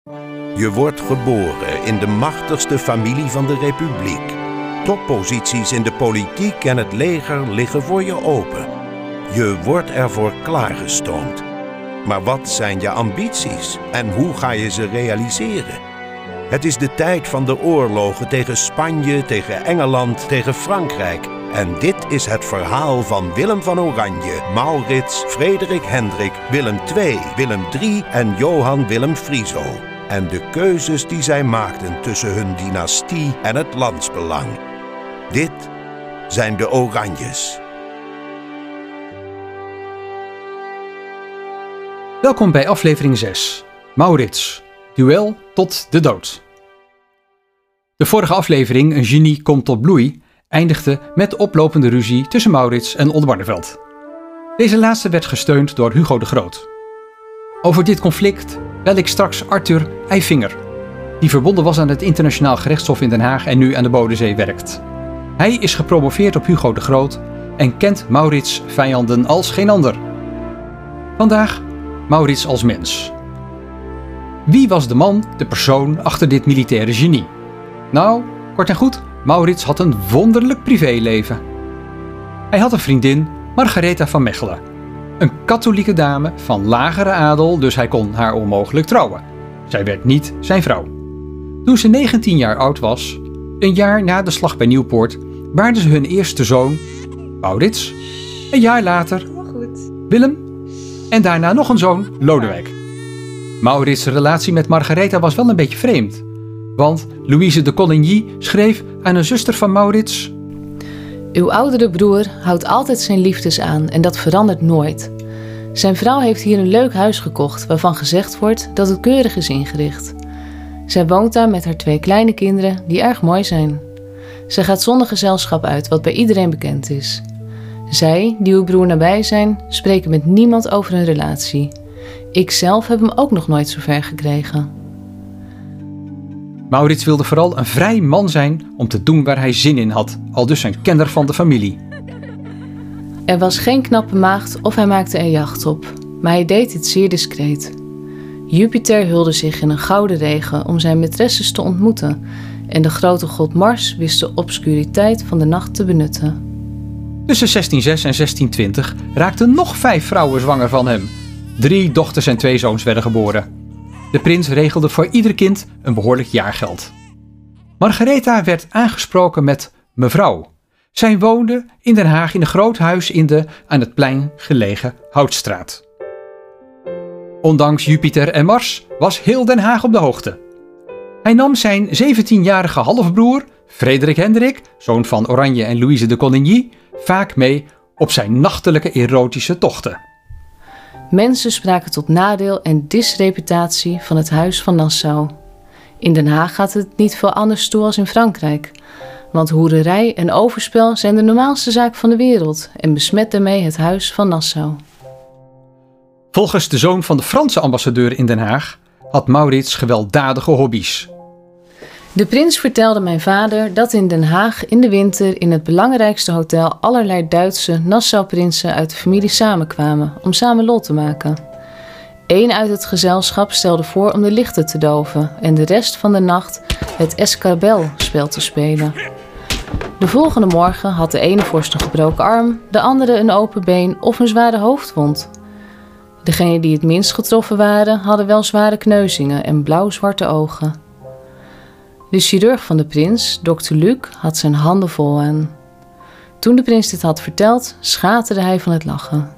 Je wordt geboren in de machtigste familie van de Republiek. Topposities in de politiek en het leger liggen voor je open. Je wordt ervoor klaargestoomd. Maar wat zijn je ambities en hoe ga je ze realiseren? Het is de tijd van de oorlogen tegen Spanje, tegen Engeland, tegen Frankrijk. En dit is het verhaal van Willem van Oranje, Maurits, Frederik Hendrik, Willem II, Willem III en Johan Willem Frieso. En de keuzes die zij maakten tussen hun dynastie en het landsbelang. Dit zijn de Oranjes. Welkom bij aflevering 6. Maurits, duel tot de dood. De vorige aflevering, Een genie komt tot bloei, eindigde met de oplopende ruzie tussen Maurits en Oldenbarneveld. Deze laatste werd gesteund door Hugo de Groot. Over dit conflict bel ik straks Arthur Eyvinger, die verbonden was aan het Internationaal Gerechtshof in Den Haag en nu aan de Bodensee werkt. Hij is gepromoveerd op Hugo de Groot en kent Maurits' vijanden als geen ander. Vandaag Maurits als mens. Wie was de man, de persoon achter dit militaire genie? Nou, kort en goed, Maurits had een wonderlijk privéleven. Hij had een vriendin, Margaretha van Mechelen. Een katholieke dame van lagere adel, dus hij kon haar onmogelijk trouwen. Zij werd niet zijn vrouw. Toen ze 19 jaar oud was, een jaar na de slag bij Nieuwpoort, baarden ze hun eerste zoon, Maurits. Een jaar later, Willem. En daarna nog een zoon, Lodewijk. Maurits' relatie met Margaretha was wel een beetje vreemd. Want Louise de Coligny schreef aan een zuster van Maurits: Uw oudere broer houdt altijd zijn liefdes aan en dat verandert nooit. Zijn vrouw heeft hier een leuk huis gekocht waarvan gezegd wordt dat het keurig is ingericht. Zij woont daar met haar 2 kleine kinderen die erg mooi zijn. Zij gaat zonder gezelschap uit wat bij iedereen bekend is. Zij, die uw broer nabij zijn, spreken met niemand over hun relatie. Ik zelf heb hem ook nog nooit zo ver gekregen. Maurits wilde vooral een vrij man zijn om te doen waar hij zin in had, aldus een kenner van de familie. Er was geen knappe maagd of hij maakte er jacht op, maar hij deed dit zeer discreet. Jupiter hulde zich in een gouden regen om zijn maîtresses te ontmoeten en de grote god Mars wist de obscuriteit van de nacht te benutten. Tussen 1606 en 1620 raakten nog 5 vrouwen zwanger van hem. 3 dochters en 2 zoons werden geboren. De prins regelde voor ieder kind een behoorlijk jaargeld. Margaretha werd aangesproken met mevrouw. Zij woonde in Den Haag in een groot huis in de aan het plein gelegen Houtstraat. Ondanks Jupiter en Mars was heel Den Haag op de hoogte. Hij nam zijn 17-jarige halfbroer, Frederik Hendrik, zoon van Oranje en Louise de Coligny, vaak mee op zijn nachtelijke erotische tochten. Mensen spraken tot nadeel en disreputatie van het Huis van Nassau. In Den Haag gaat het niet veel anders toe als in Frankrijk. Want hoererij en overspel zijn de normaalste zaak van de wereld en besmet daarmee het Huis van Nassau. Volgens de zoon van de Franse ambassadeur in Den Haag had Maurits gewelddadige hobby's. De prins vertelde mijn vader dat in Den Haag in de winter in het belangrijkste hotel allerlei Duitse Nassau-prinsen uit de familie samenkwamen om samen lol te maken. Eén uit het gezelschap stelde voor om de lichten te doven en de rest van de nacht het escarbelspel te spelen. De volgende morgen had de ene vorst een gebroken arm, de andere een open been of een zware hoofdwond. Degenen die het minst getroffen waren hadden wel zware kneuzingen en blauw-zwarte ogen. De chirurg van de prins, dokter Luc, had zijn handen vol aan. Toen de prins dit had verteld, schaterde hij van het lachen.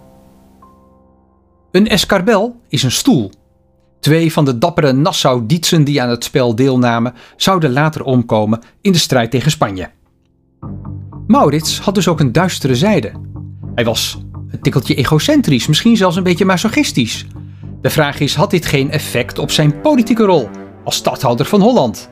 Een escarbel is een stoel. 2 van de dappere Nassau-Dietsen die aan het spel deelnamen, zouden later omkomen in de strijd tegen Spanje. Maurits had dus ook een duistere zijde. Hij was een tikkeltje egocentrisch, misschien zelfs een beetje masochistisch. De vraag is, had dit geen effect op zijn politieke rol als stadhouder van Holland?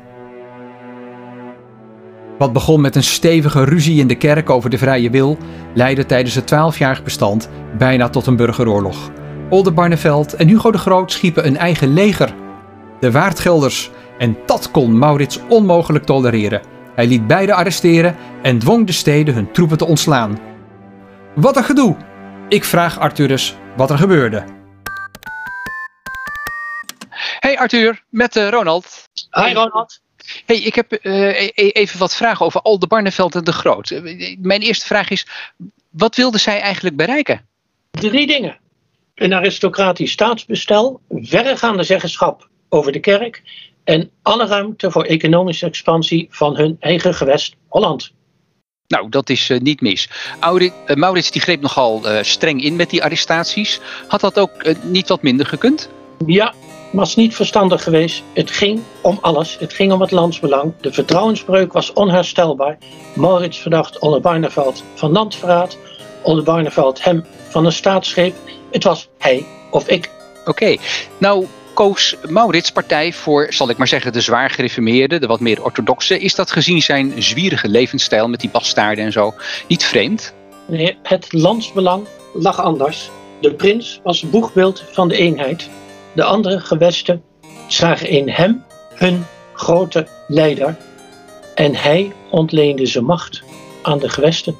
Wat begon met een stevige ruzie in de kerk over de vrije wil, leidde tijdens het 12-jarig bestand bijna tot een burgeroorlog. Oldenbarneveld en Hugo de Groot schiepen een eigen leger, de Waardgelders, en dat kon Maurits onmogelijk tolereren. Hij liet beide arresteren en dwong de steden hun troepen te ontslaan. Wat een gedoe! Ik vraag Arthurus wat er gebeurde. Hey Arthur, met Ronald. Hi Ronald. Hey, ik heb even wat vragen over Oldenbarnevelt en de Groot. Mijn eerste vraag is, wat wilde zij eigenlijk bereiken? 3 dingen. Een aristocratisch staatsbestel, verregaande zeggenschap over de kerk en alle ruimte voor economische expansie van hun eigen gewest Holland. Nou, dat is niet mis. Maurits die greep nogal streng in met die arrestaties. Had dat ook niet wat minder gekund? Ja, was niet verstandig geweest. Het ging om alles. Het ging om het landsbelang. De vertrouwensbreuk was onherstelbaar. Maurits verdacht Oldenbarnevelt van landverraad. Oldenbarnevelt hem van een staatsgreep. Het was hij of ik. Oké, nou koos Maurits partij voor, zal ik maar zeggen, de zwaar gereformeerde, de wat meer orthodoxe. Is dat gezien zijn zwierige levensstijl met die bastaarden en zo niet vreemd? Nee, het landsbelang lag anders. De prins was boegbeeld van de eenheid. De andere gewesten zagen in hem hun grote leider. En hij ontleende zijn macht aan de gewesten.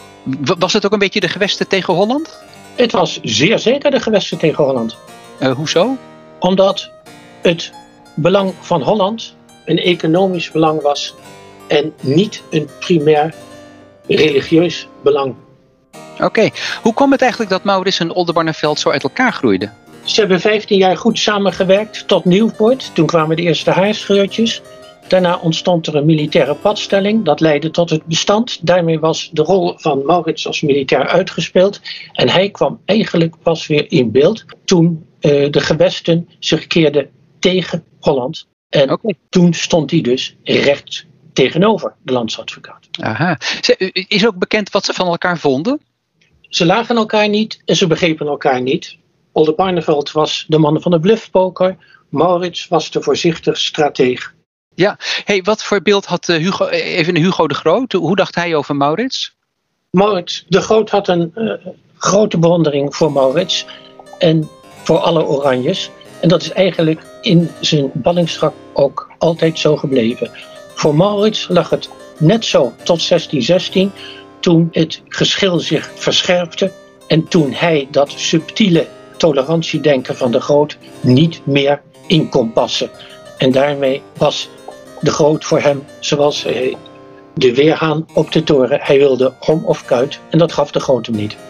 Was het ook een beetje de gewesten tegen Holland? Het was zeer zeker de gewesten tegen Holland. Hoezo? Omdat het belang van Holland een economisch belang was en niet een primair religieus belang. Oké, hoe kwam het eigenlijk dat Maurits en Oldenbarnevelt zo uit elkaar groeiden? Ze hebben 15 jaar goed samengewerkt tot Nieuwpoort. Toen kwamen de eerste haarscheurtjes. Daarna ontstond er een militaire padstelling. Dat leidde tot het bestand. Daarmee was de rol van Maurits als militair uitgespeeld. En hij kwam eigenlijk pas weer in beeld toen de gewesten zich keerden tegen Holland. En toen stond hij dus recht tegenover de landsadvocaat. Aha. Is ook bekend wat ze van elkaar vonden? Ze lagen elkaar niet en ze begrepen elkaar niet. Oldenbarnevelt was de man van de bluffpoker. Maurits was de voorzichtig strateeg. Ja, hey, wat voor beeld had Hugo de Groot? Hoe dacht hij over Maurits? Maurits de Groot had een grote bewondering voor Maurits en voor alle Oranjes. En dat is eigenlijk in zijn ballingschap ook altijd zo gebleven. Voor Maurits lag het net zo tot 1616, toen het geschil zich verscherpte en toen hij dat subtiele tolerantiedenken van de Groot niet meer in kon passen. En daarmee was de Groot voor hem zoals de weerhaan op de toren. Hij wilde om of kuit en dat gaf de Groot hem niet.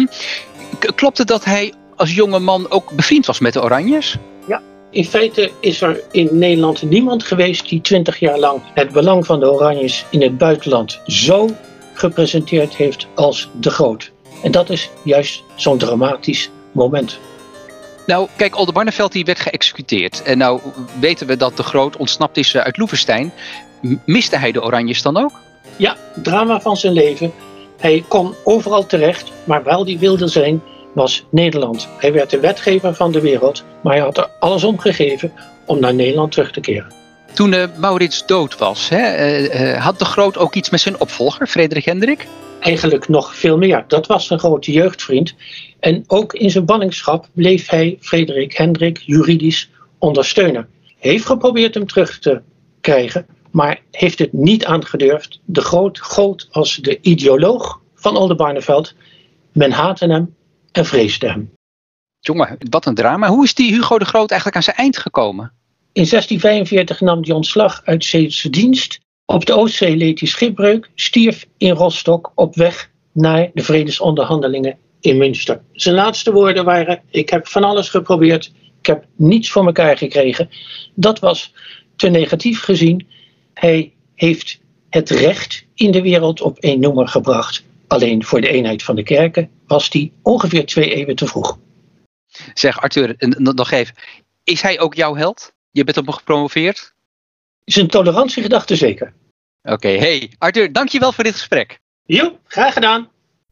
Klopt het dat hij als jonge man ook bevriend was met de Oranjes? Ja, in feite is er in Nederland niemand geweest die 20 jaar lang het belang van de Oranjes in het buitenland zo gepresenteerd heeft als de Groot. En dat is juist zo'n dramatisch moment. Nou, kijk, Oldenbarnevelt die werd geëxecuteerd. En nou weten we dat de Groot ontsnapt is uit Loevestein. Miste hij de Oranjes dan ook? Ja, drama van zijn leven. Hij kon overal terecht, maar waar hij wilde zijn was Nederland. Hij werd de wetgever van de wereld, maar hij had er alles om gegeven om naar Nederland terug te keren. Toen Maurits dood was, had de Groot ook iets met zijn opvolger, Frederik Hendrik? Eigenlijk nog veel meer. Dat was een grote jeugdvriend. En ook in zijn ballingschap bleef hij Frederik Hendrik juridisch ondersteunen. Hij heeft geprobeerd hem terug te krijgen, maar heeft het niet aangedurfd. De Groot gold als de ideoloog van Oldenbarnevelt. Men haatte hem en vreesde hem. Jongen, wat een drama. Hoe is die Hugo de Groot eigenlijk aan zijn eind gekomen? In 1645 nam hij ontslag uit Zeeuwse dienst. Op de Oostzee leed hij schipbreuk, stierf in Rostock op weg naar de vredesonderhandelingen in Münster. Zijn laatste woorden waren: ik heb van alles geprobeerd, ik heb niets voor elkaar gekregen. Dat was te negatief gezien. Hij heeft het recht in de wereld op één noemer gebracht. Alleen voor de eenheid van de kerken was hij ongeveer 2 eeuwen te vroeg. Zeg Arthur, nog even, is hij ook jouw held? Je bent op hem gepromoveerd? Zijn tolerantiegedachte zeker. Oké, hey Arthur, dankjewel voor dit gesprek. Jo, graag gedaan.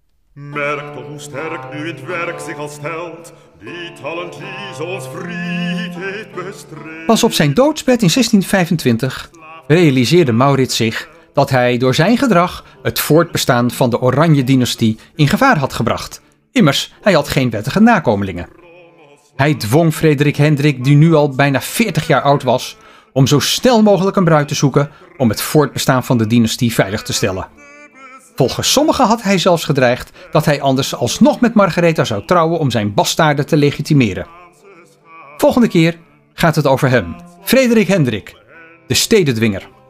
Merk toch hoe sterk nu in het werk zich al stelt, die talent die zoals vriendheid bestreed. Pas op zijn doodsbed in 1625 realiseerde Maurits zich dat hij door zijn gedrag het voortbestaan van de Oranje-dynastie in gevaar had gebracht. Immers, hij had geen wettige nakomelingen. Hij dwong Frederik Hendrik, die nu al bijna 40 jaar oud was, om zo snel mogelijk een bruid te zoeken om het voortbestaan van de dynastie veilig te stellen. Volgens sommigen had hij zelfs gedreigd dat hij anders alsnog met Margaretha zou trouwen om zijn bastaarden te legitimeren. Volgende keer gaat het over hem, Frederik Hendrik, de stedendwinger.